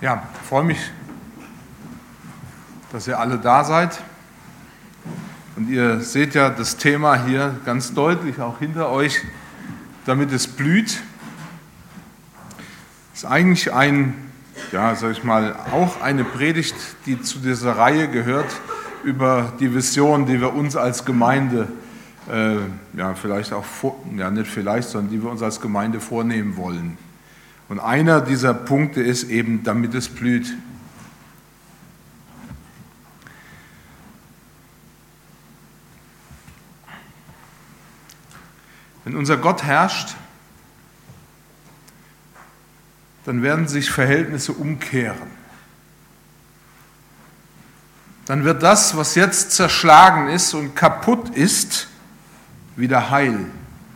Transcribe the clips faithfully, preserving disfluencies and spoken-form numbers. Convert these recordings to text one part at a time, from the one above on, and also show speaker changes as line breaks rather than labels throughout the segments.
Ja, ich freue mich, dass ihr alle da seid. Und ihr seht ja das Thema hier ganz deutlich auch hinter euch, damit es blüht. Das ist eigentlich ein, ja, sag ich mal, auch eine Predigt, die zu dieser Reihe gehört, über die Vision, die wir uns als Gemeinde, äh, ja, vielleicht auch, vor, ja, nicht vielleicht, sondern die wir uns als Gemeinde vornehmen wollen. Und einer dieser Punkte ist eben, damit es blüht. Wenn unser Gott herrscht, dann werden sich Verhältnisse umkehren. Dann wird das, was jetzt zerschlagen ist und kaputt ist, wieder heil.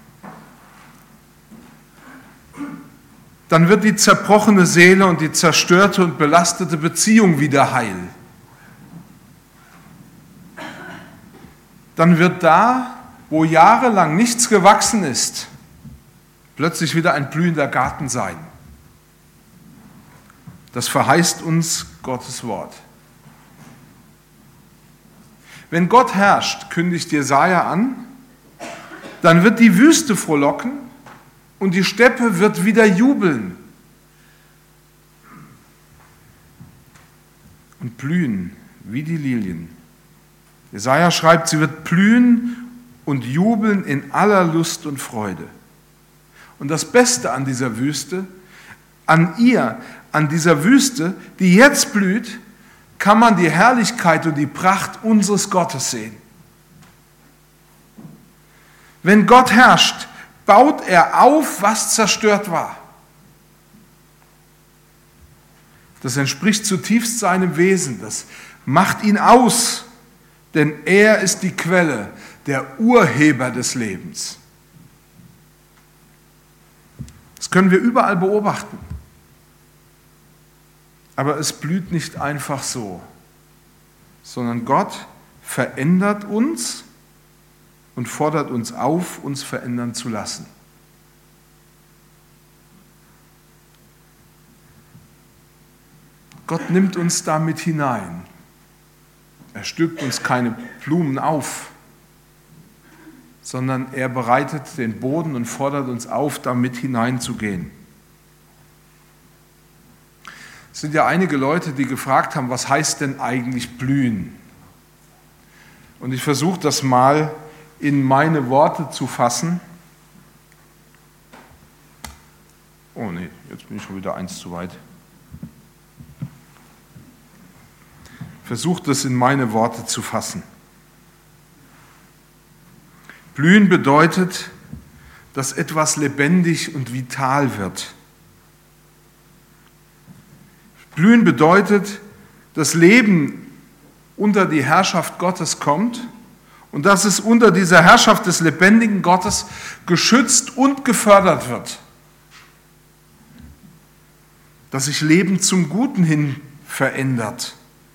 Dann wird die zerbrochene Seele und die zerstörte und belastete Beziehung wieder heil. Dann wird da, wo jahrelang nichts gewachsen ist, plötzlich wieder ein blühender Garten sein. Das verheißt uns Gottes Wort. Wenn Gott herrscht, kündigt Jesaja an, dann wird die Wüste frohlocken und die Steppe wird wieder jubeln und blühen wie die Lilien. Jesaja schreibt, sie wird blühen und jubeln in aller Lust und Freude. Und das Beste an dieser Wüste, an ihr, an dieser Wüste, die jetzt blüht, kann man die Herrlichkeit und die Pracht unseres Gottes sehen. Wenn Gott herrscht, baut er auf, was zerstört war. Das entspricht zutiefst seinem Wesen, das macht ihn aus, denn er ist die Quelle, der Urheber des Lebens. Das können wir überall beobachten. Aber es blüht nicht einfach so, sondern Gott verändert uns und fordert uns auf, uns verändern zu lassen. Gott nimmt uns damit hinein. Er stülpt uns keine Blumen auf, sondern er bereitet den Boden und fordert uns auf, damit hineinzugehen. Es sind ja einige Leute, die gefragt haben, was heißt denn eigentlich blühen? Und ich versuche das mal in meine Worte zu fassen. Oh nee, jetzt bin ich schon wieder eins zu weit. Versuche das in meine Worte zu fassen. Blühen bedeutet, dass etwas lebendig und vital wird. Blühen bedeutet, dass Leben unter die Herrschaft Gottes kommt und dass es unter dieser Herrschaft des lebendigen Gottes geschützt und gefördert wird. Dass sich Leben zum Guten hin verändert.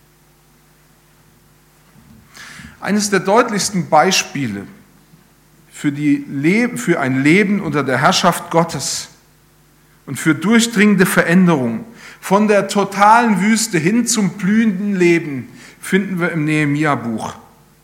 Eines der deutlichsten Beispiele für, die Le- für ein Leben unter der Herrschaft Gottes und für durchdringende Veränderung von der totalen Wüste hin zum blühenden Leben finden wir im Nehemia-Buch.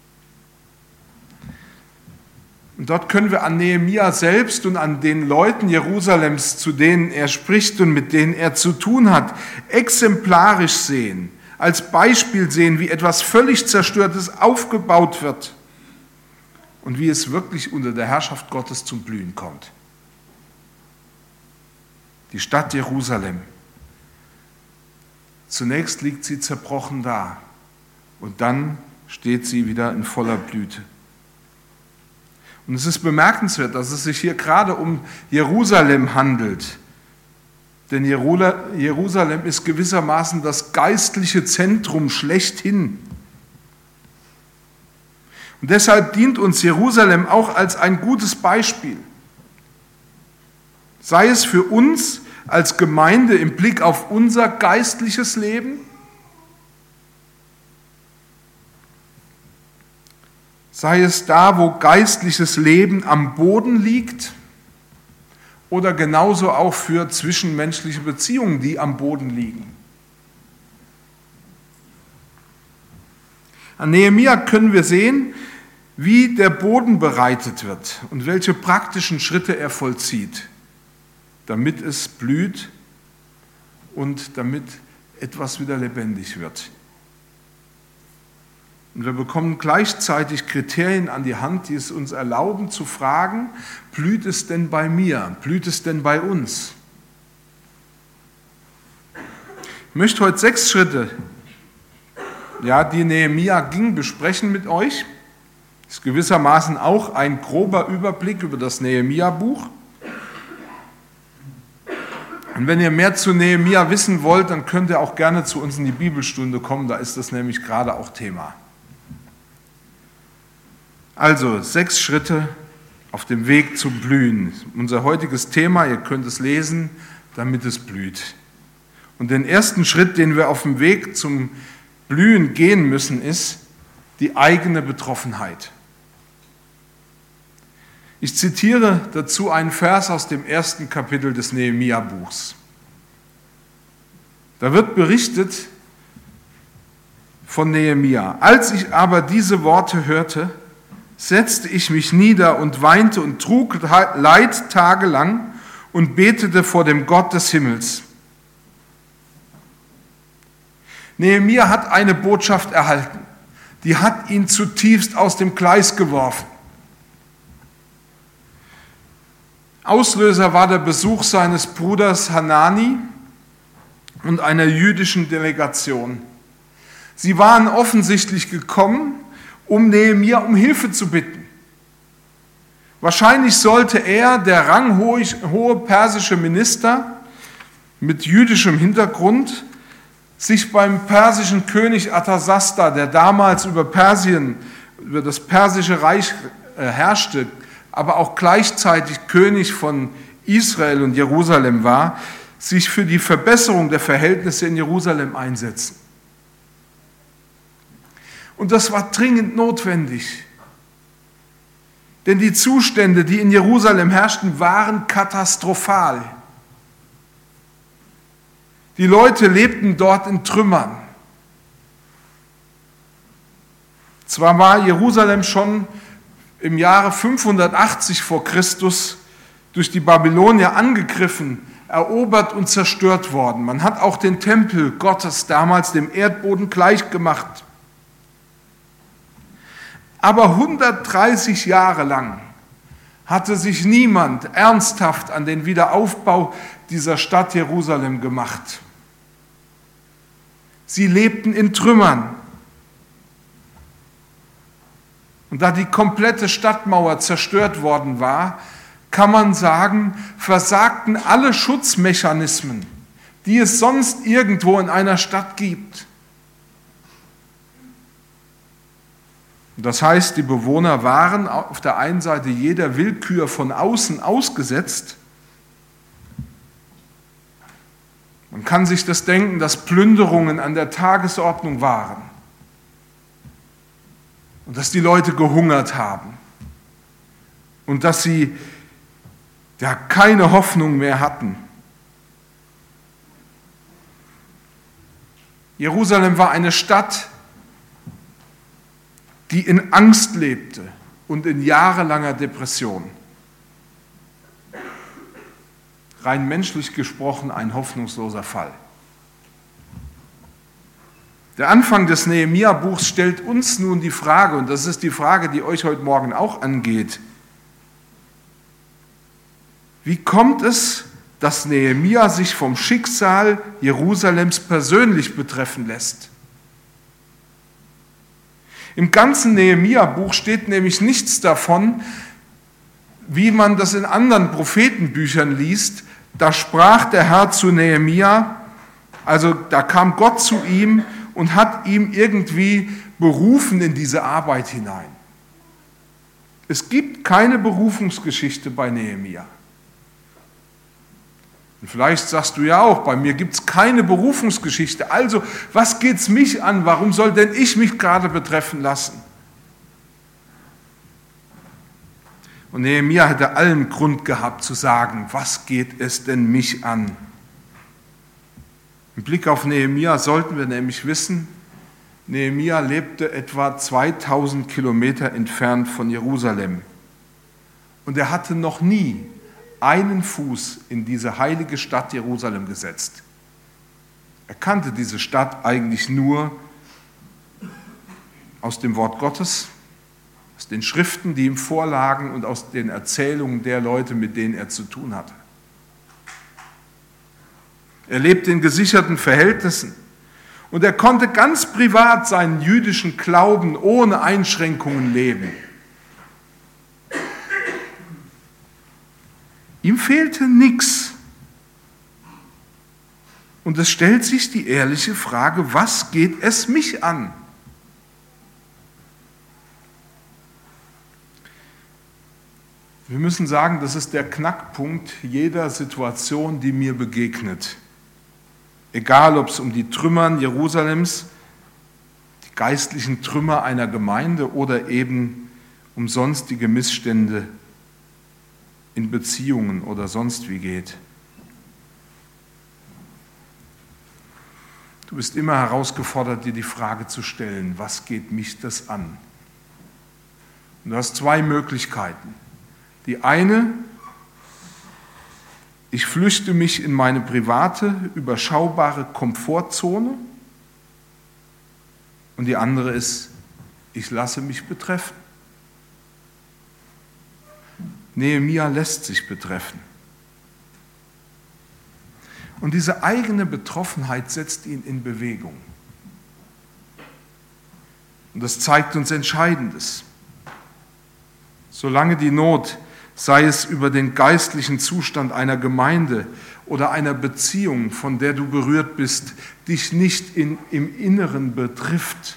Und dort können wir an Nehemia selbst und an den Leuten Jerusalems, zu denen er spricht und mit denen er zu tun hat, exemplarisch sehen, als Beispiel sehen, wie etwas völlig Zerstörtes aufgebaut wird und wie es wirklich unter der Herrschaft Gottes zum Blühen kommt. Die Stadt Jerusalem. Zunächst liegt sie zerbrochen da und dann steht sie wieder in voller Blüte. Und es ist bemerkenswert, dass es sich hier gerade um Jerusalem handelt. Denn Jerusalem ist gewissermaßen das geistliche Zentrum schlechthin. Und deshalb dient uns Jerusalem auch als ein gutes Beispiel. Sei es für uns als Gemeinde im Blick auf unser geistliches Leben, sei es da, wo geistliches Leben am Boden liegt, oder genauso auch für zwischenmenschliche Beziehungen, die am Boden liegen. An Nehemia können wir sehen, wie der Boden bereitet wird und welche praktischen Schritte er vollzieht, damit es blüht und damit etwas wieder lebendig wird. Und wir bekommen gleichzeitig Kriterien an die Hand, die es uns erlauben zu fragen, blüht es denn bei mir, blüht es denn bei uns? Ich möchte heute sechs Schritte, ja, die Nehemia ging, besprechen mit euch. Das ist gewissermaßen auch ein grober Überblick über das Nehemia-Buch. Und wenn ihr mehr zu Nehemia wissen wollt, dann könnt ihr auch gerne zu uns in die Bibelstunde kommen, da ist das nämlich gerade auch Thema. Also, sechs Schritte auf dem Weg zum Blühen. Unser heutiges Thema, ihr könnt es lesen, damit es blüht. Und den ersten Schritt, den wir auf dem Weg zum Blühen gehen müssen, ist die eigene Betroffenheit. Ich zitiere dazu einen Vers aus dem ersten Kapitel des Nehemia-Buchs. Da wird berichtet von Nehemia: Als ich aber diese Worte hörte, setzte ich mich nieder und weinte und trug Leid tagelang und betete vor dem Gott des Himmels. Nehemia hat eine Botschaft erhalten, die hat ihn zutiefst aus dem Gleis geworfen. Auslöser war der Besuch seines Bruders Hanani und einer jüdischen Delegation. Sie waren offensichtlich gekommen, um Nehemia um Hilfe zu bitten. Wahrscheinlich sollte er, der ranghohe persische Minister mit jüdischem Hintergrund, sich beim persischen König Arthasasta, der damals über Persien, über das persische Reich herrschte, aber auch gleichzeitig König von Israel und Jerusalem war, sich für die Verbesserung der Verhältnisse in Jerusalem einsetzen. Und das war dringend notwendig. Denn die Zustände, die in Jerusalem herrschten, waren katastrophal. Die Leute lebten dort in Trümmern. Zwar war Jerusalem schon im Jahre fünfhundertachtzig vor Christus durch die Babylonier angegriffen, erobert und zerstört worden. Man hat auch den Tempel Gottes damals dem Erdboden gleichgemacht. Aber hundertdreißig Jahre lang hatte sich niemand ernsthaft an den Wiederaufbau dieser Stadt Jerusalem gemacht. Sie lebten in Trümmern. Und da die komplette Stadtmauer zerstört worden war, kann man sagen, versagten alle Schutzmechanismen, die es sonst irgendwo in einer Stadt gibt. Das heißt, die Bewohner waren auf der einen Seite jeder Willkür von außen ausgesetzt. Man kann sich das denken, dass Plünderungen an der Tagesordnung waren und dass die Leute gehungert haben und dass sie ja keine Hoffnung mehr hatten. Jerusalem war eine Stadt, die in Angst lebte und in jahrelanger Depression. Rein menschlich gesprochen ein hoffnungsloser Fall. Der Anfang des Nehemia-Buchs stellt uns nun die Frage, und das ist die Frage, die euch heute Morgen auch angeht: Wie kommt es, dass Nehemia sich vom Schicksal Jerusalems persönlich betreffen lässt? Im ganzen Nehemia-Buch steht nämlich nichts davon, wie man das in anderen Prophetenbüchern liest. Da sprach der Herr zu Nehemia, also da kam Gott zu ihm und hat ihm irgendwie berufen in diese Arbeit hinein. Es gibt keine Berufungsgeschichte bei Nehemia. Und vielleicht sagst du ja auch, bei mir gibt es keine Berufungsgeschichte. Also, was geht es mich an? Warum soll denn ich mich gerade betreffen lassen? Und Nehemia hätte allen Grund gehabt zu sagen, was geht es denn mich an? Im Blick auf Nehemia sollten wir nämlich wissen, Nehemia lebte etwa zweitausend Kilometer entfernt von Jerusalem. Und er hatte noch nie einen Fuß in diese heilige Stadt Jerusalem gesetzt. Er kannte diese Stadt eigentlich nur aus dem Wort Gottes, aus den Schriften, die ihm vorlagen und aus den Erzählungen der Leute, mit denen er zu tun hatte. Er lebte in gesicherten Verhältnissen und er konnte ganz privat seinen jüdischen Glauben ohne Einschränkungen leben. Ihm fehlte nichts. Und es stellt sich die ehrliche Frage, was geht es mich an? Wir müssen sagen, das ist der Knackpunkt jeder Situation, die mir begegnet. Egal, ob es um die Trümmern Jerusalems, die geistlichen Trümmer einer Gemeinde oder eben um sonstige Missstände in Beziehungen oder sonst wie geht. Du bist immer herausgefordert, dir die Frage zu stellen, was geht mich das an? Und du hast zwei Möglichkeiten. Die eine, ich flüchte mich in meine private, überschaubare Komfortzone. Und die andere ist, ich lasse mich betreffen. Nehemia lässt sich betreffen. Und diese eigene Betroffenheit setzt ihn in Bewegung. Und das zeigt uns Entscheidendes. Solange die Not, sei es über den geistlichen Zustand einer Gemeinde oder einer Beziehung, von der du berührt bist, dich nicht in, im Inneren betrifft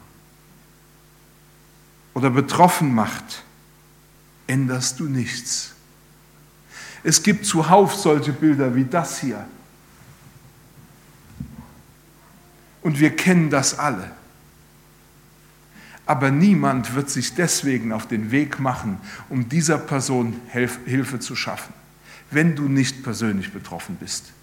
oder betroffen macht, änderst du nichts. Es gibt zuhauf solche Bilder wie das hier. Und wir kennen das alle. Aber niemand wird sich deswegen auf den Weg machen, um dieser Person Hilfe zu schaffen, wenn du nicht persönlich betroffen bist.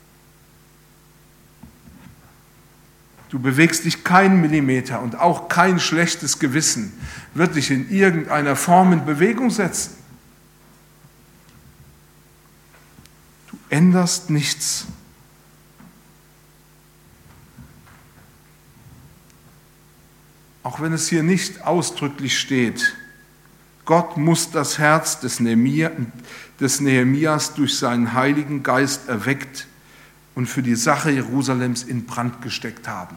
Du bewegst dich keinen Millimeter und auch kein schlechtes Gewissen wird dich in irgendeiner Form in Bewegung setzen. Du änderst nichts. Auch wenn es hier nicht ausdrücklich steht, Gott muss das Herz des, Nehemia, des Nehemias durch seinen Heiligen Geist erweckt und für die Sache Jerusalems in Brand gesteckt haben.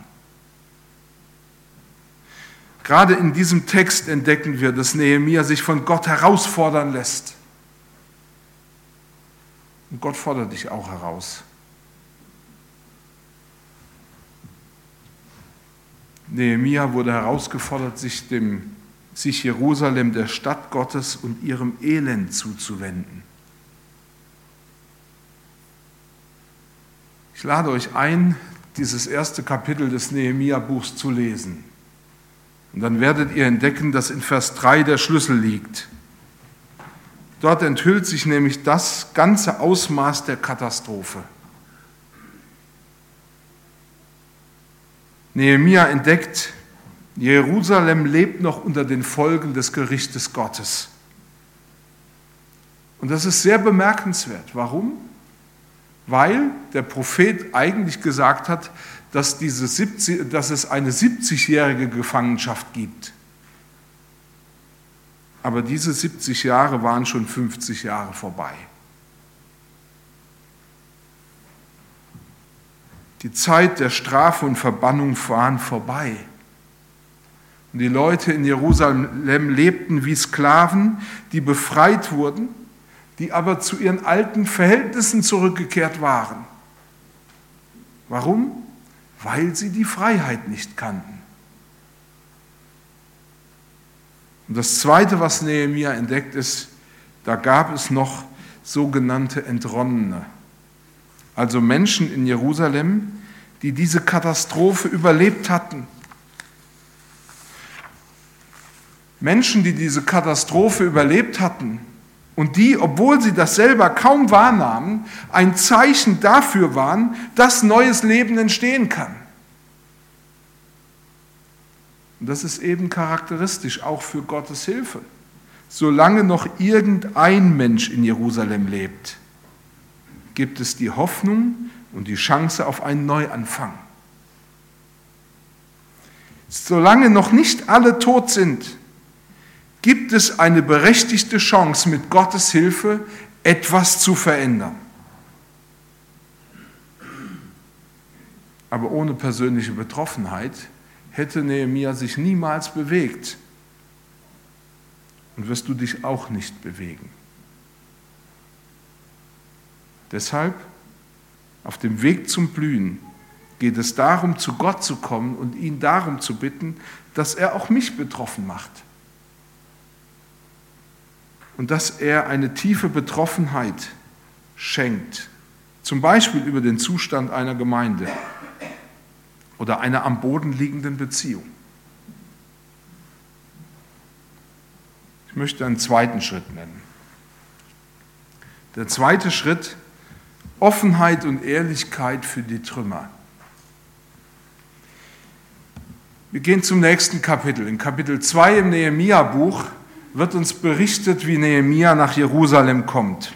Gerade in diesem Text entdecken wir, dass Nehemia sich von Gott herausfordern lässt. Und Gott fordert dich auch heraus. Nehemia wurde herausgefordert, sich, dem, sich Jerusalem, der Stadt Gottes und ihrem Elend zuzuwenden. Ich lade euch ein, dieses erste Kapitel des Nehemia-Buchs zu lesen. Und dann werdet ihr entdecken, dass in Vers drei der Schlüssel liegt. Dort enthüllt sich nämlich das ganze Ausmaß der Katastrophe. Nehemia entdeckt, Jerusalem lebt noch unter den Folgen des Gerichtes Gottes. Und das ist sehr bemerkenswert. Warum? Weil der Prophet eigentlich gesagt hat, dass, diese siebzig, dass es eine siebzigjährige Gefangenschaft gibt. Aber diese siebzig Jahre waren schon fünfzig Jahre vorbei. Die Zeit der Strafe und Verbannung waren vorbei. Und die Leute in Jerusalem lebten wie Sklaven, die befreit wurden, die aber zu ihren alten Verhältnissen zurückgekehrt waren. Warum? Weil sie die Freiheit nicht kannten. Und das Zweite, was Nehemia entdeckt, ist, da gab es noch sogenannte Entronnene. Also Menschen in Jerusalem, die diese Katastrophe überlebt hatten. Menschen, die diese Katastrophe überlebt hatten und die, obwohl sie das selber kaum wahrnahmen, ein Zeichen dafür waren, dass neues Leben entstehen kann. Und das ist eben charakteristisch auch für Gottes Hilfe. Solange noch irgendein Mensch in Jerusalem lebt, gibt es die Hoffnung und die Chance auf einen Neuanfang. Solange noch nicht alle tot sind, gibt es eine berechtigte Chance, mit Gottes Hilfe etwas zu verändern. Aber ohne persönliche Betroffenheit hätte Nehemia sich niemals bewegt. Und wirst du dich auch nicht bewegen. Deshalb, auf dem Weg zum Blühen, geht es darum, zu Gott zu kommen und ihn darum zu bitten, dass er auch mich betroffen macht. Und dass er eine tiefe Betroffenheit schenkt. Zum Beispiel über den Zustand einer Gemeinde oder einer am Boden liegenden Beziehung. Ich möchte einen zweiten Schritt nennen. Der zweite Schritt, Offenheit und Ehrlichkeit für die Trümmer. Wir gehen zum nächsten Kapitel. In Kapitel zwei im Nehemia-Buch wird uns berichtet, wie Nehemia nach Jerusalem kommt.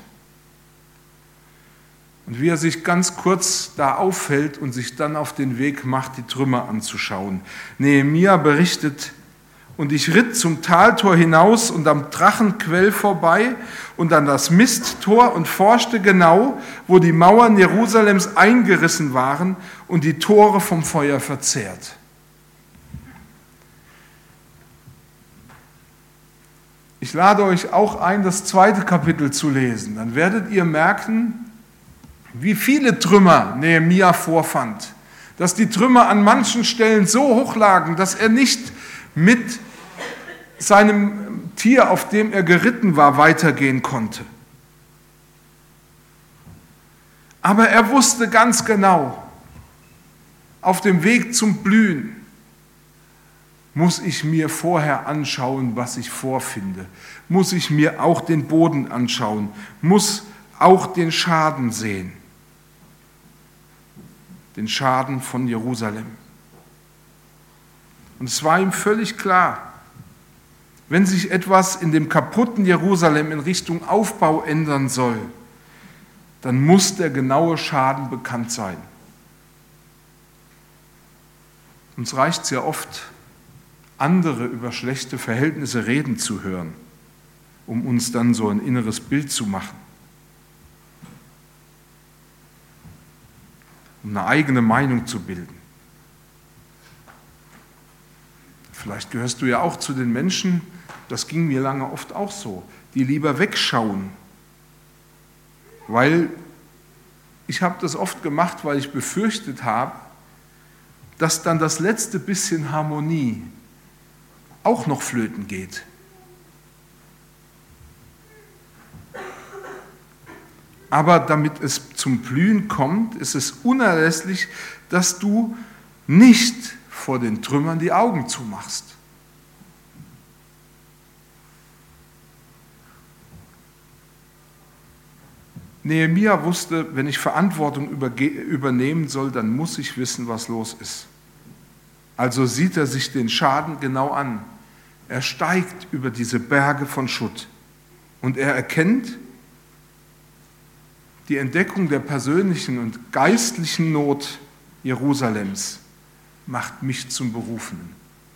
Und wie er sich ganz kurz da aufhält und sich dann auf den Weg macht, die Trümmer anzuschauen. Nehemia berichtet: Und ich ritt zum Taltor hinaus und am Drachenquell vorbei und an das Misttor und forschte genau, wo die Mauern Jerusalems eingerissen waren und die Tore vom Feuer verzehrt. Ich lade euch auch ein, das zweite Kapitel zu lesen. Dann werdet ihr merken, wie viele Trümmer Nehemia vorfand. Dass die Trümmer an manchen Stellen so hoch lagen, dass er nicht mit seinem Tier, auf dem er geritten war, weitergehen konnte. Aber er wusste ganz genau, auf dem Weg zum Blühen muss ich mir vorher anschauen, was ich vorfinde. Muss ich mir auch den Boden anschauen, muss auch den Schaden sehen. Den Schaden von Jerusalem. Und es war ihm völlig klar, wenn sich etwas in dem kaputten Jerusalem in Richtung Aufbau ändern soll, dann muss der genaue Schaden bekannt sein. Uns reicht es ja oft, andere über schlechte Verhältnisse reden zu hören, um uns dann so ein inneres Bild zu machen. Um eine eigene Meinung zu bilden. Vielleicht gehörst du ja auch zu den Menschen, das ging mir lange oft auch so, die lieber wegschauen. Weil ich habe das oft gemacht, weil ich befürchtet habe, dass dann das letzte bisschen Harmonie auch noch flöten geht. Aber damit es zum Blühen kommt, ist es unerlässlich, dass du nicht vor den Trümmern die Augen zumachst. Nehemia wusste, wenn ich Verantwortung übernehmen soll, dann muss ich wissen, was los ist. Also sieht er sich den Schaden genau an. Er steigt über diese Berge von Schutt und er erkennt, die Entdeckung der persönlichen und geistlichen Not Jerusalems macht mich zum Berufenen.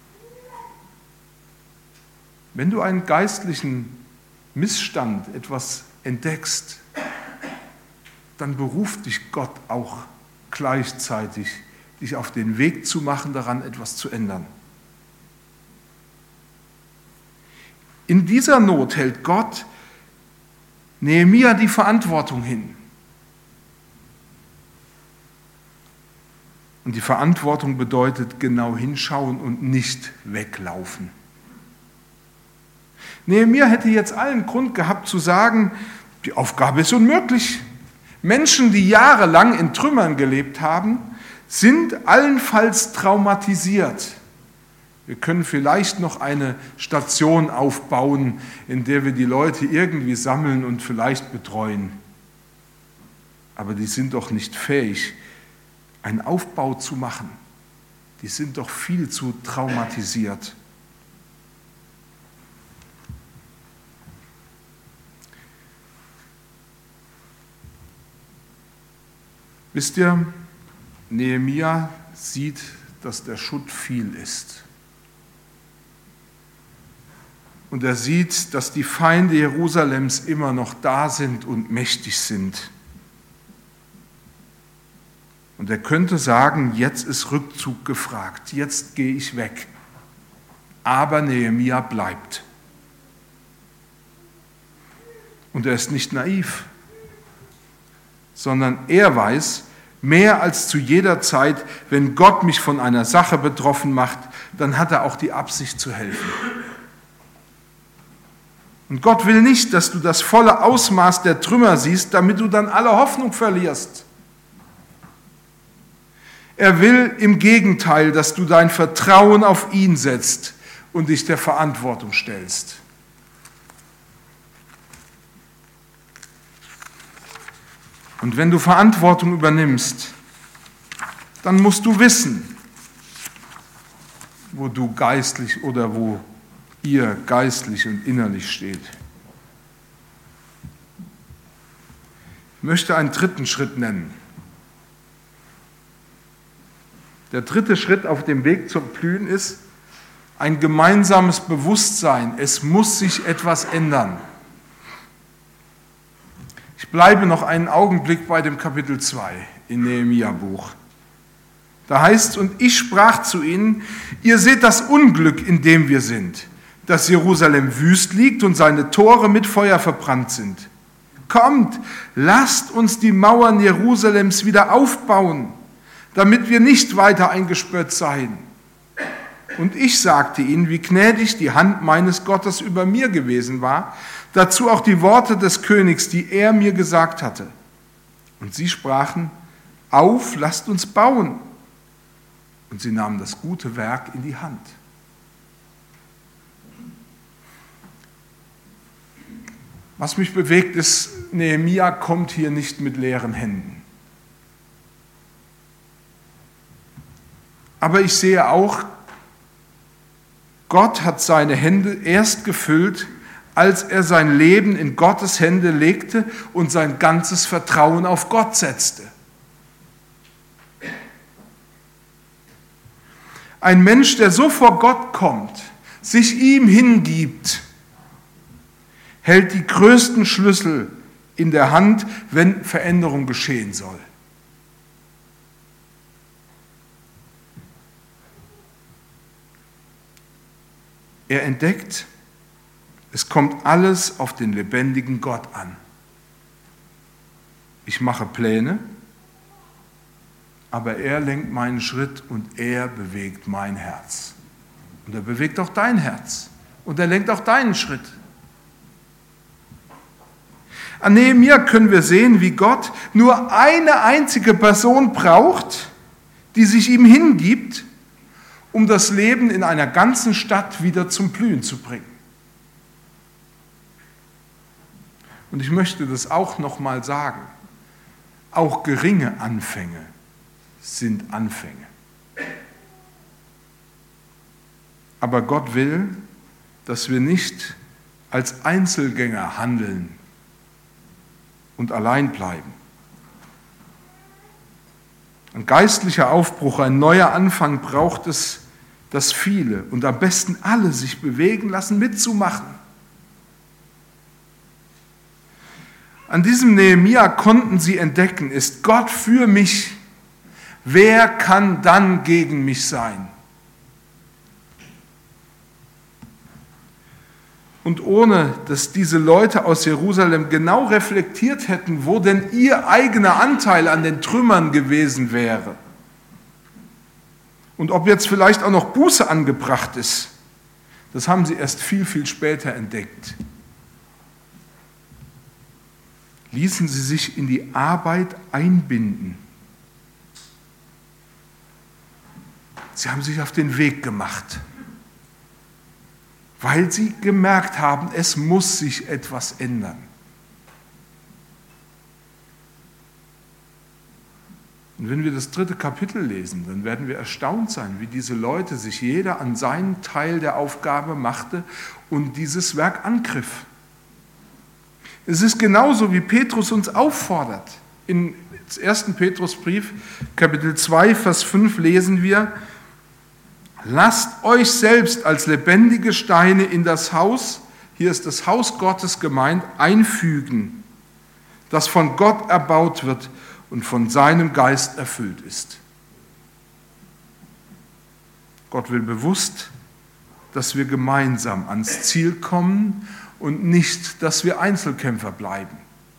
Wenn du einen geistlichen Missstand, etwas entdeckst, dann beruft dich Gott auch gleichzeitig, dich auf den Weg zu machen, daran etwas zu ändern. In dieser Not hält Gott Nehemia die Verantwortung hin. Und die Verantwortung bedeutet genau hinschauen und nicht weglaufen. Nehemia hätte jetzt allen Grund gehabt zu sagen, die Aufgabe ist unmöglich. Menschen, die jahrelang in Trümmern gelebt haben, sind allenfalls traumatisiert. Wir können vielleicht noch eine Station aufbauen, in der wir die Leute irgendwie sammeln und vielleicht betreuen. Aber die sind doch nicht fähig, einen Aufbau zu machen. die sind doch viel zu traumatisiert. Wisst ihr, Nehemia sieht, dass der Schutt viel ist. Und er sieht, dass die Feinde Jerusalems immer noch da sind und mächtig sind. Und er könnte sagen, jetzt ist Rückzug gefragt, jetzt gehe ich weg. Aber Nehemia bleibt. Und er ist nicht naiv, sondern er weiß, mehr als zu jeder Zeit, wenn Gott mich von einer Sache betroffen macht, dann hat er auch die Absicht zu helfen. Und Gott will nicht, dass du das volle Ausmaß der Trümmer siehst, damit du dann alle Hoffnung verlierst. Er will im Gegenteil, dass du dein Vertrauen auf ihn setzt und dich der Verantwortung stellst. Und wenn du Verantwortung übernimmst, dann musst du wissen, wo du geistlich oder wo ihr geistlich und innerlich steht. Ich möchte einen dritten Schritt nennen. Der dritte Schritt auf dem Weg zum Blühen ist ein gemeinsames Bewusstsein. Es muss sich etwas ändern. Ich bleibe noch einen Augenblick bei dem Kapitel zwei im Nehemia-Buch. Da heißt es, und ich sprach zu ihnen, ihr seht das Unglück, in dem wir sind, dass Jerusalem wüst liegt und seine Tore mit Feuer verbrannt sind. Kommt, lasst uns die Mauern Jerusalems wieder aufbauen, damit wir nicht weiter eingesperrt seien. Und ich sagte ihnen, wie gnädig die Hand meines Gottes über mir gewesen war, dazu auch die Worte des Königs, die er mir gesagt hatte. Und sie sprachen, auf, lasst uns bauen. Und sie nahmen das gute Werk in die Hand. Was mich bewegt, ist, Nehemia kommt hier nicht mit leeren Händen. Aber ich sehe auch, Gott hat seine Hände erst gefüllt, als er sein Leben in Gottes Hände legte und sein ganzes Vertrauen auf Gott setzte. Ein Mensch, der so vor Gott kommt, sich ihm hingibt, hält die größten Schlüssel in der Hand, wenn Veränderung geschehen soll. Er entdeckt, es kommt alles auf den lebendigen Gott an. Ich mache Pläne, aber er lenkt meinen Schritt und er bewegt mein Herz. Und er bewegt auch dein Herz und er lenkt auch deinen Schritt. An Nehemia können wir sehen, wie Gott nur eine einzige Person braucht, die sich ihm hingibt, um das Leben in einer ganzen Stadt wieder zum Blühen zu bringen. Und ich möchte das auch noch mal sagen. Auch geringe Anfänge sind Anfänge. Aber Gott will, dass wir nicht als Einzelgänger handeln und allein bleiben. Ein geistlicher Aufbruch, ein neuer Anfang braucht es, dass viele und am besten alle sich bewegen lassen, mitzumachen. An diesem Nehemia konnten sie entdecken, ist Gott für mich, wer kann dann gegen mich sein? Und ohne, dass diese Leute aus Jerusalem genau reflektiert hätten, wo denn ihr eigener Anteil an den Trümmern gewesen wäre und ob jetzt vielleicht auch noch Buße angebracht ist, das haben sie erst viel, viel später entdeckt. Ließen sie sich in die Arbeit einbinden. Sie haben sich auf den Weg gemacht, weil sie gemerkt haben, es muss sich etwas ändern. Und wenn wir das dritte Kapitel lesen, dann werden wir erstaunt sein, wie diese Leute sich jeder an seinen Teil der Aufgabe machte und dieses Werk angriff. Es ist genauso, wie Petrus uns auffordert. In ersten Petrusbrief, Kapitel zwei, Vers fünf lesen wir: Lasst euch selbst als lebendige Steine in das Haus, hier ist das Haus Gottes gemeint, einfügen, das von Gott erbaut wird und von seinem Geist erfüllt ist. Gott will bewusst, dass wir gemeinsam ans Ziel kommen und nicht, dass wir Einzelkämpfer bleiben.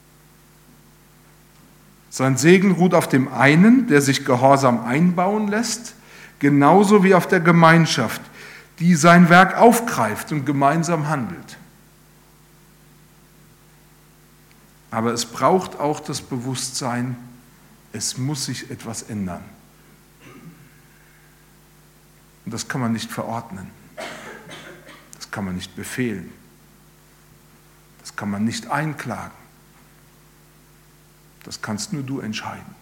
Sein Segen ruht auf dem einen, der sich gehorsam einbauen lässt, genauso wie auf der Gemeinschaft, die sein Werk aufgreift und gemeinsam handelt. Aber es braucht auch das Bewusstsein, es muss sich etwas ändern. Und das kann man nicht verordnen. Das kann man nicht befehlen. Das kann man nicht einklagen. Das kannst nur du entscheiden.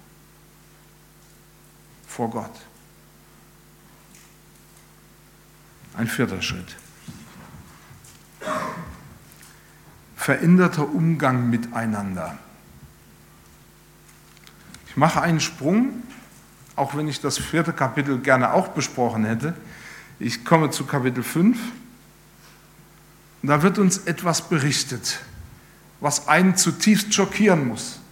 Vor Gott. Ein vierter Schritt. Veränderter Umgang miteinander. Ich mache einen Sprung, auch wenn ich das vierte Kapitel gerne auch besprochen hätte. Ich komme zu Kapitel fünf. Und da wird uns etwas berichtet, was einen zutiefst schockieren muss.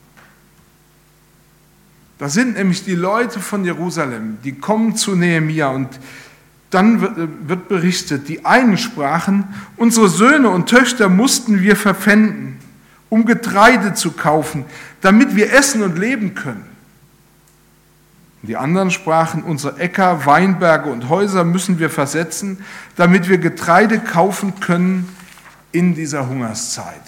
Da sind nämlich die Leute von Jerusalem, die kommen zu Nehemia und dann wird berichtet, die einen sprachen, unsere Söhne und Töchter mussten wir verpfänden, um Getreide zu kaufen, damit wir essen und leben können. Die anderen sprachen, unsere Äcker, Weinberge und Häuser müssen wir versetzen, damit wir Getreide kaufen können in dieser Hungerszeit.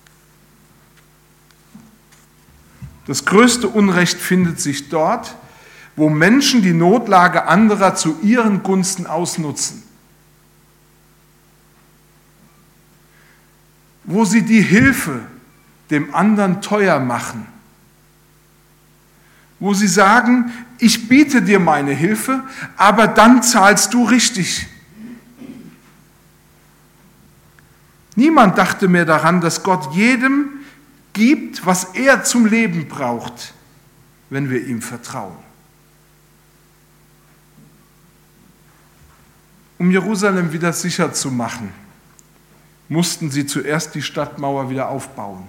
Das größte Unrecht findet sich dort, wo Menschen die Notlage anderer zu ihren Gunsten ausnutzen. Wo sie die Hilfe dem anderen teuer machen. Wo sie sagen, ich biete dir meine Hilfe, aber dann zahlst du richtig. Niemand dachte mehr daran, dass Gott jedem gibt, was er zum Leben braucht, wenn wir ihm vertrauen. Um Jerusalem wieder sicher zu machen, mussten sie zuerst die Stadtmauer wieder aufbauen.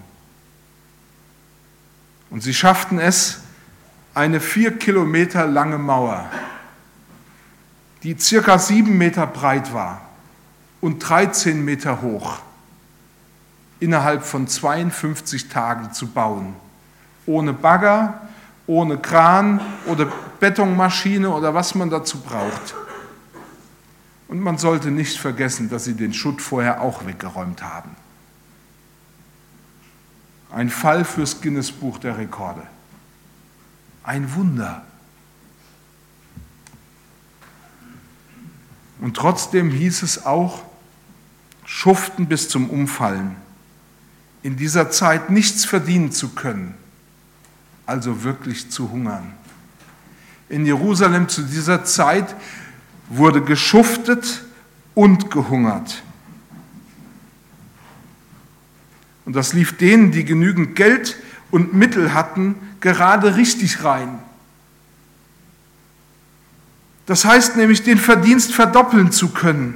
Und sie schafften es, eine vier Kilometer lange Mauer, die circa sieben Meter breit war und dreizehn Meter hoch, innerhalb von zweiundfünfzig Tagen zu bauen. Ohne Bagger, ohne Kran oder Betonmaschine oder was man dazu braucht. Und man sollte nicht vergessen, dass sie den Schutt vorher auch weggeräumt haben. Ein Fall fürs Guinness-Buch der Rekorde. Ein Wunder. Und trotzdem hieß es auch, schuften bis zum Umfallen, in dieser Zeit nichts verdienen zu können, also wirklich zu hungern. In Jerusalem zu dieser Zeit wurde geschuftet und gehungert. Und das lief denen, die genügend Geld und Mittel hatten, gerade richtig rein. Das heißt nämlich, den Verdienst verdoppeln zu können.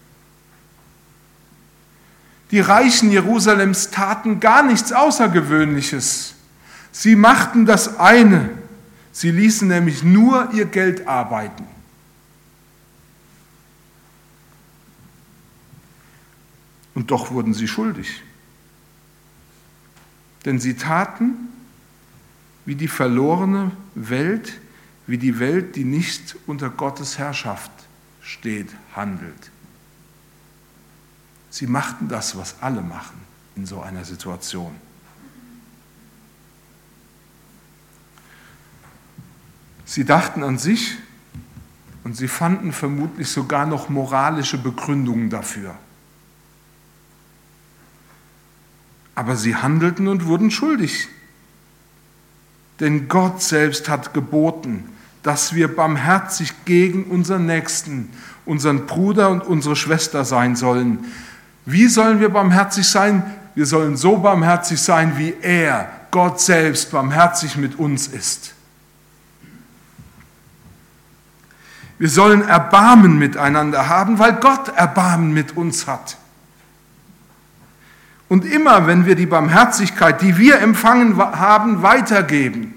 Die Reichen Jerusalems taten gar nichts Außergewöhnliches. Sie machten das eine, sie ließen nämlich nur ihr Geld arbeiten. Und doch wurden sie schuldig. Denn sie taten, wie die verlorene Welt, wie die Welt, die nicht unter Gottes Herrschaft steht, handelt. Sie machten das, was alle machen in so einer Situation. Sie dachten an sich und sie fanden vermutlich sogar noch moralische Begründungen dafür. Aber sie handelten und wurden schuldig. Denn Gott selbst hat geboten, dass wir barmherzig gegen unseren Nächsten, unseren Bruder und unsere Schwester sein sollen. Wie sollen wir barmherzig sein? Wir sollen so barmherzig sein, wie er, Gott selbst, barmherzig mit uns ist. Wir sollen Erbarmen miteinander haben, weil Gott Erbarmen mit uns hat. Und immer, wenn wir die Barmherzigkeit, die wir empfangen haben, weitergeben,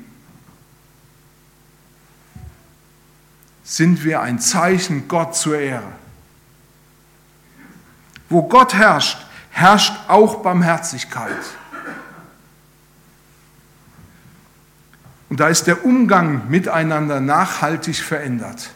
sind wir ein Zeichen Gott zur Ehre. Wo Gott herrscht, herrscht auch Barmherzigkeit. Und da ist der Umgang miteinander nachhaltig verändert.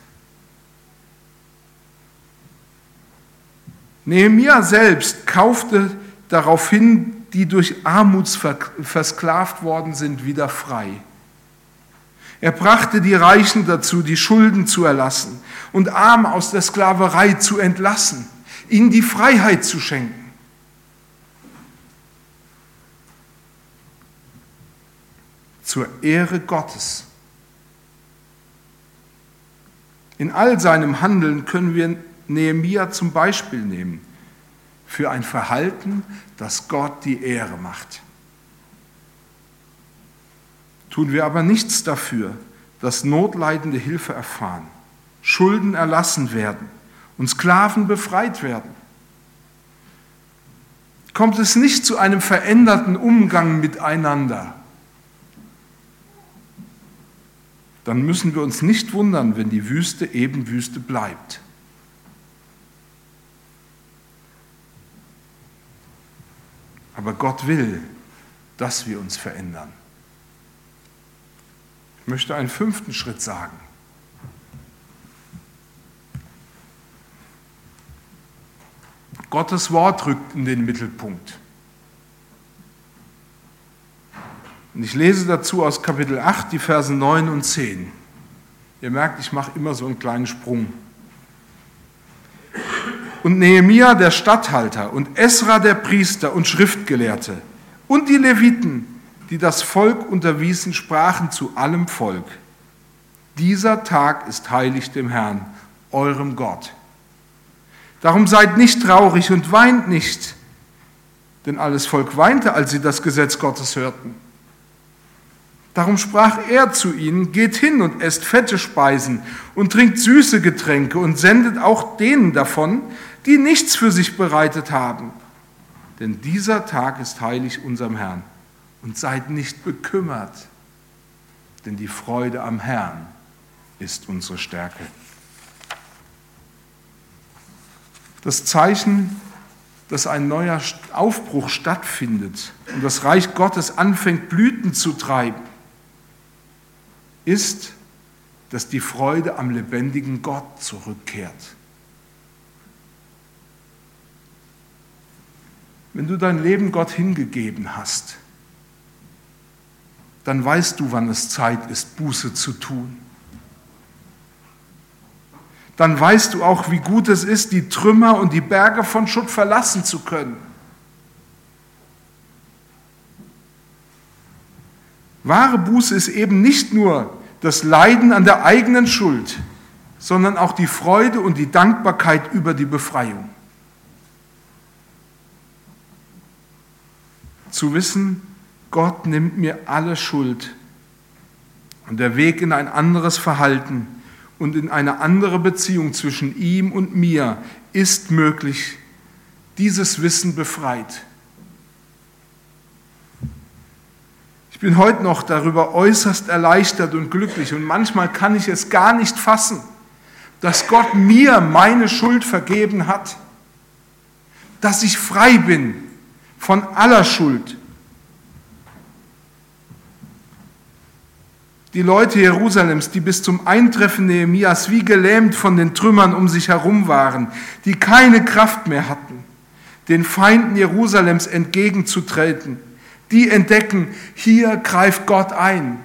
Nehemia selbst kaufte daraufhin, die durch Armut versklavt worden sind, wieder frei. Er brachte die Reichen dazu, die Schulden zu erlassen und Arme aus der Sklaverei zu entlassen, ihnen die Freiheit zu schenken. Zur Ehre Gottes. In all seinem Handeln können wir Nehemia zum Beispiel nehmen für ein Verhalten, das Gott die Ehre macht. Tun wir aber nichts dafür, dass Notleidende Hilfe erfahren, Schulden erlassen werden und Sklaven befreit werden, kommt es nicht zu einem veränderten Umgang miteinander, dann müssen wir uns nicht wundern, wenn die Wüste eben Wüste bleibt. Aber Gott will, dass wir uns verändern. Ich möchte einen fünften Schritt sagen. Gottes Wort rückt in den Mittelpunkt. Und ich lese dazu aus Kapitel acht, die Verse neun und zehn. Ihr merkt, ich mache immer so einen kleinen Sprung. Und Nehemia, der Statthalter, und Esra, der Priester und Schriftgelehrte, und die Leviten, die das Volk unterwiesen, sprachen zu allem Volk: Dieser Tag ist heilig dem Herrn, eurem Gott. Darum seid nicht traurig und weint nicht, denn alles Volk weinte, als sie das Gesetz Gottes hörten. Darum sprach er zu ihnen: Geht hin und esst fette Speisen und trinkt süße Getränke und sendet auch denen davon, die nichts für sich bereitet haben. Denn dieser Tag ist heilig unserem Herrn. Und seid nicht bekümmert, denn die Freude am Herrn ist unsere Stärke. Das Zeichen, dass ein neuer Aufbruch stattfindet und das Reich Gottes anfängt, Blüten zu treiben, ist, dass die Freude am lebendigen Gott zurückkehrt. Wenn du dein Leben Gott hingegeben hast, dann weißt du, wann es Zeit ist, Buße zu tun. Dann weißt du auch, wie gut es ist, die Trümmer und die Berge von Schutt verlassen zu können. Wahre Buße ist eben nicht nur das Leiden an der eigenen Schuld, sondern auch die Freude und die Dankbarkeit über die Befreiung. Zu wissen, Gott nimmt mir alle Schuld und der Weg in ein anderes Verhalten und in eine andere Beziehung zwischen ihm und mir ist möglich. Dieses Wissen befreit. Ich bin heute noch darüber äußerst erleichtert und glücklich und manchmal kann ich es gar nicht fassen, dass Gott mir meine Schuld vergeben hat, dass ich frei bin von aller Schuld. Die Leute Jerusalems, die bis zum Eintreffen Nehemias wie gelähmt von den Trümmern um sich herum waren, die keine Kraft mehr hatten, den Feinden Jerusalems entgegenzutreten, die entdecken, hier greift Gott ein.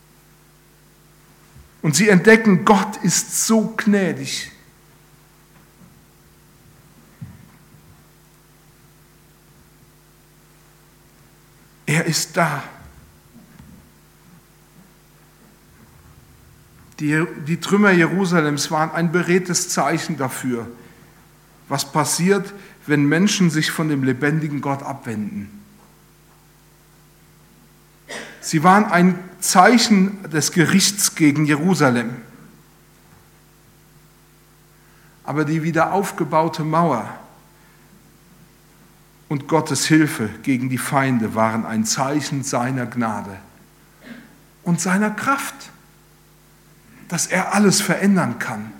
Und sie entdecken, Gott ist so gnädig. Er ist da. Die, die Trümmer Jerusalems waren ein beredtes Zeichen dafür, was passiert, wenn Menschen sich von dem lebendigen Gott abwenden. Sie waren ein Zeichen des Gerichts gegen Jerusalem. Aber die wieder aufgebaute Mauer und Gottes Hilfe gegen die Feinde waren ein Zeichen seiner Gnade und seiner Kraft, dass er alles verändern kann.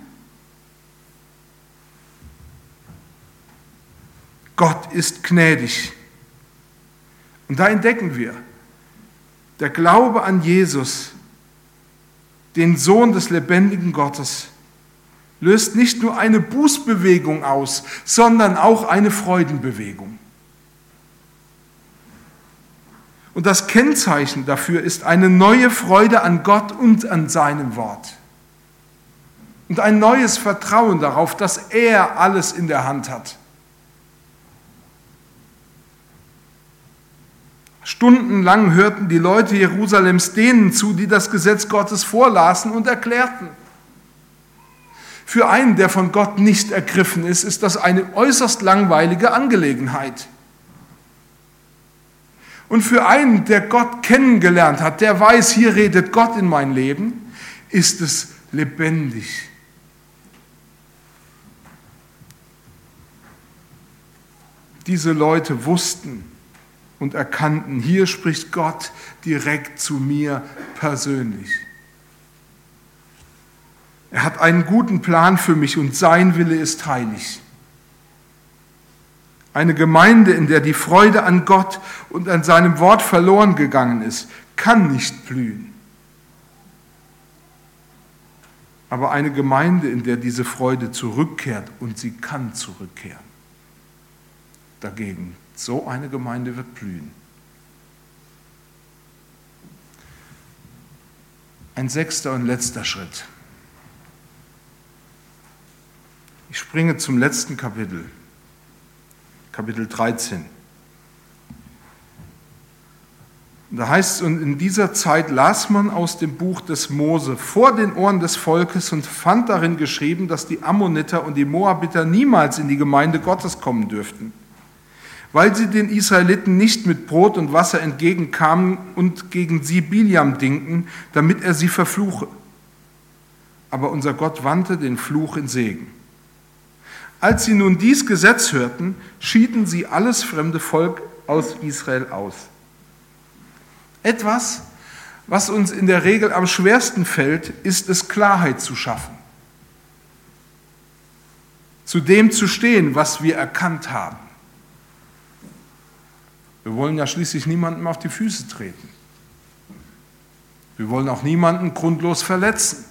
Gott ist gnädig. Und da entdecken wir, der Glaube an Jesus, den Sohn des lebendigen Gottes, löst nicht nur eine Bußbewegung aus, sondern auch eine Freudenbewegung. Und das Kennzeichen dafür ist eine neue Freude an Gott und an seinem Wort. Und ein neues Vertrauen darauf, dass er alles in der Hand hat. Stundenlang hörten die Leute Jerusalems denen zu, die das Gesetz Gottes vorlasen und erklärten. Für einen, der von Gott nicht ergriffen ist, ist das eine äußerst langweilige Angelegenheit. Und für einen, der Gott kennengelernt hat, der weiß, hier redet Gott in mein Leben, ist es lebendig. Diese Leute wussten und erkannten, hier spricht Gott direkt zu mir persönlich. Er hat einen guten Plan für mich und sein Wille ist heilig. Eine Gemeinde, in der die Freude an Gott und an seinem Wort verloren gegangen ist, kann nicht blühen. Aber eine Gemeinde, in der diese Freude zurückkehrt, und sie kann zurückkehren. Dagegen, so eine Gemeinde wird blühen. Ein sechster und letzter Schritt. Ich springe zum letzten Kapitel, Kapitel dreizehn. Da heißt es, und in dieser Zeit las man aus dem Buch des Mose vor den Ohren des Volkes und fand darin geschrieben, dass die Ammoniter und die Moabiter niemals in die Gemeinde Gottes kommen dürften, weil sie den Israeliten nicht mit Brot und Wasser entgegenkamen und gegen sie Biliam dingten, damit er sie verfluche. Aber unser Gott wandte den Fluch in Segen. Als sie nun dies Gesetz hörten, schieden sie alles fremde Volk aus Israel aus. Etwas, was uns in der Regel am schwersten fällt, ist es, Klarheit zu schaffen. Zu dem zu stehen, was wir erkannt haben. Wir wollen ja schließlich niemandem auf die Füße treten. Wir wollen auch niemanden grundlos verletzen.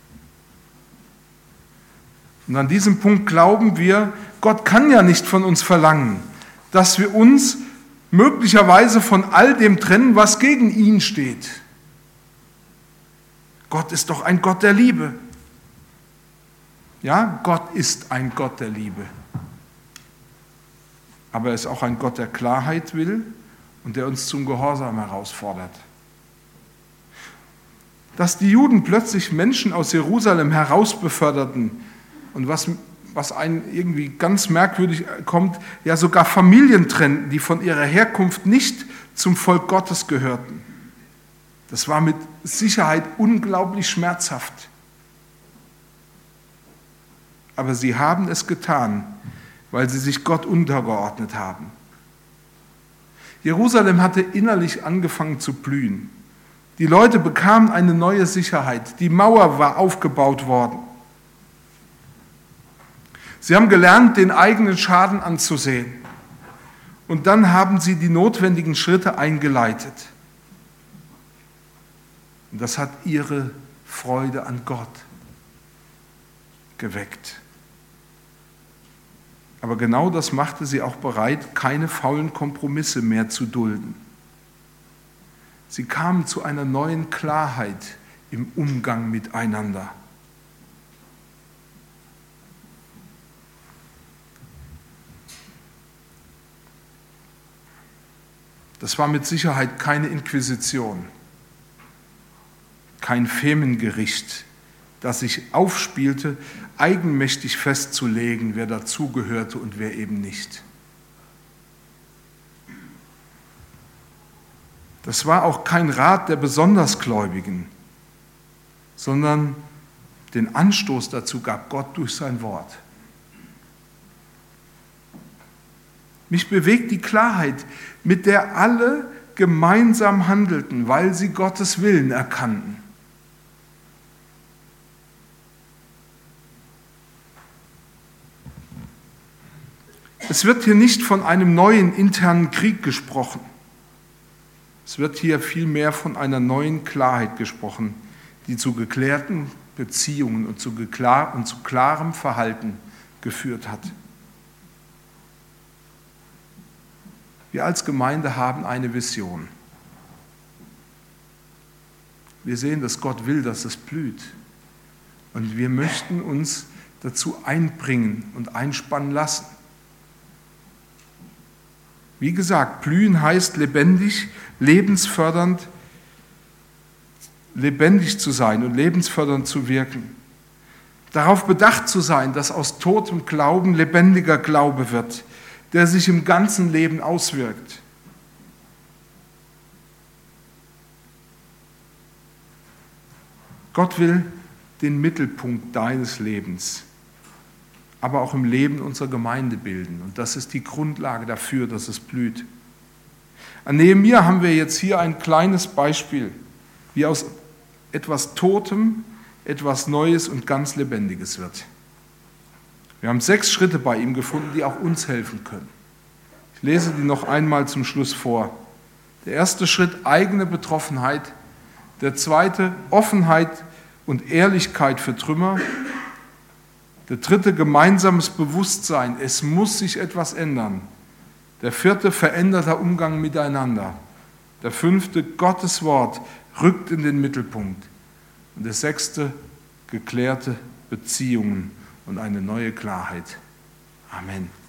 Und an diesem Punkt glauben wir, Gott kann ja nicht von uns verlangen, dass wir uns möglicherweise von all dem trennen, was gegen ihn steht. Gott ist doch ein Gott der Liebe. Ja, Gott ist ein Gott der Liebe. Aber er ist auch ein Gott, der Klarheit will und der uns zum Gehorsam herausfordert. Dass die Juden plötzlich Menschen aus Jerusalem herausbeförderten und was, was einem irgendwie ganz merkwürdig kommt, ja sogar Familien trennten, die von ihrer Herkunft nicht zum Volk Gottes gehörten. Das war mit Sicherheit unglaublich schmerzhaft. Aber sie haben es getan, weil sie sich Gott untergeordnet haben. Jerusalem hatte innerlich angefangen zu blühen. Die Leute bekamen eine neue Sicherheit. Die Mauer war aufgebaut worden. Sie haben gelernt, den eigenen Schaden anzusehen. Und dann haben sie die notwendigen Schritte eingeleitet. Und das hat ihre Freude an Gott geweckt. Aber genau das machte sie auch bereit, keine faulen Kompromisse mehr zu dulden. Sie kamen zu einer neuen Klarheit im Umgang miteinander. Das war mit Sicherheit keine Inquisition, kein Femengericht, das sich aufspielte, eigenmächtig festzulegen, wer dazugehörte und wer eben nicht. Das war auch kein Rat der Besondersgläubigen, sondern den Anstoß dazu gab Gott durch sein Wort. Mich bewegt die Klarheit, mit der alle gemeinsam handelten, weil sie Gottes Willen erkannten. Es wird hier nicht von einem neuen internen Krieg gesprochen. Es wird hier vielmehr von einer neuen Klarheit gesprochen, die zu geklärten Beziehungen und zu, geklar- und zu klarem Verhalten geführt hat. Wir als Gemeinde haben eine Vision. Wir sehen, dass Gott will, dass es blüht. Und wir möchten uns dazu einbringen und einspannen lassen. Wie gesagt, blühen heißt lebendig, lebensfördernd, lebendig zu sein und lebensfördernd zu wirken. Darauf bedacht zu sein, dass aus totem Glauben lebendiger Glaube wird, der sich im ganzen Leben auswirkt. Gott will den Mittelpunkt deines Lebens, aber auch im Leben unserer Gemeinde bilden. Und das ist die Grundlage dafür, dass es blüht. An Nehemia haben wir jetzt hier ein kleines Beispiel, wie aus etwas Totem etwas Neues und ganz Lebendiges wird. Wir haben sechs Schritte bei ihm gefunden, die auch uns helfen können. Ich lese die noch einmal zum Schluss vor. Der erste Schritt, eigene Betroffenheit. Der zweite, Offenheit und Ehrlichkeit für Trümmer. Der dritte, gemeinsames Bewusstsein. Es muss sich etwas ändern. Der vierte, veränderter Umgang miteinander. Der fünfte, Gottes Wort rückt in den Mittelpunkt. Und der sechste, geklärte Beziehungen und eine neue Klarheit. Amen.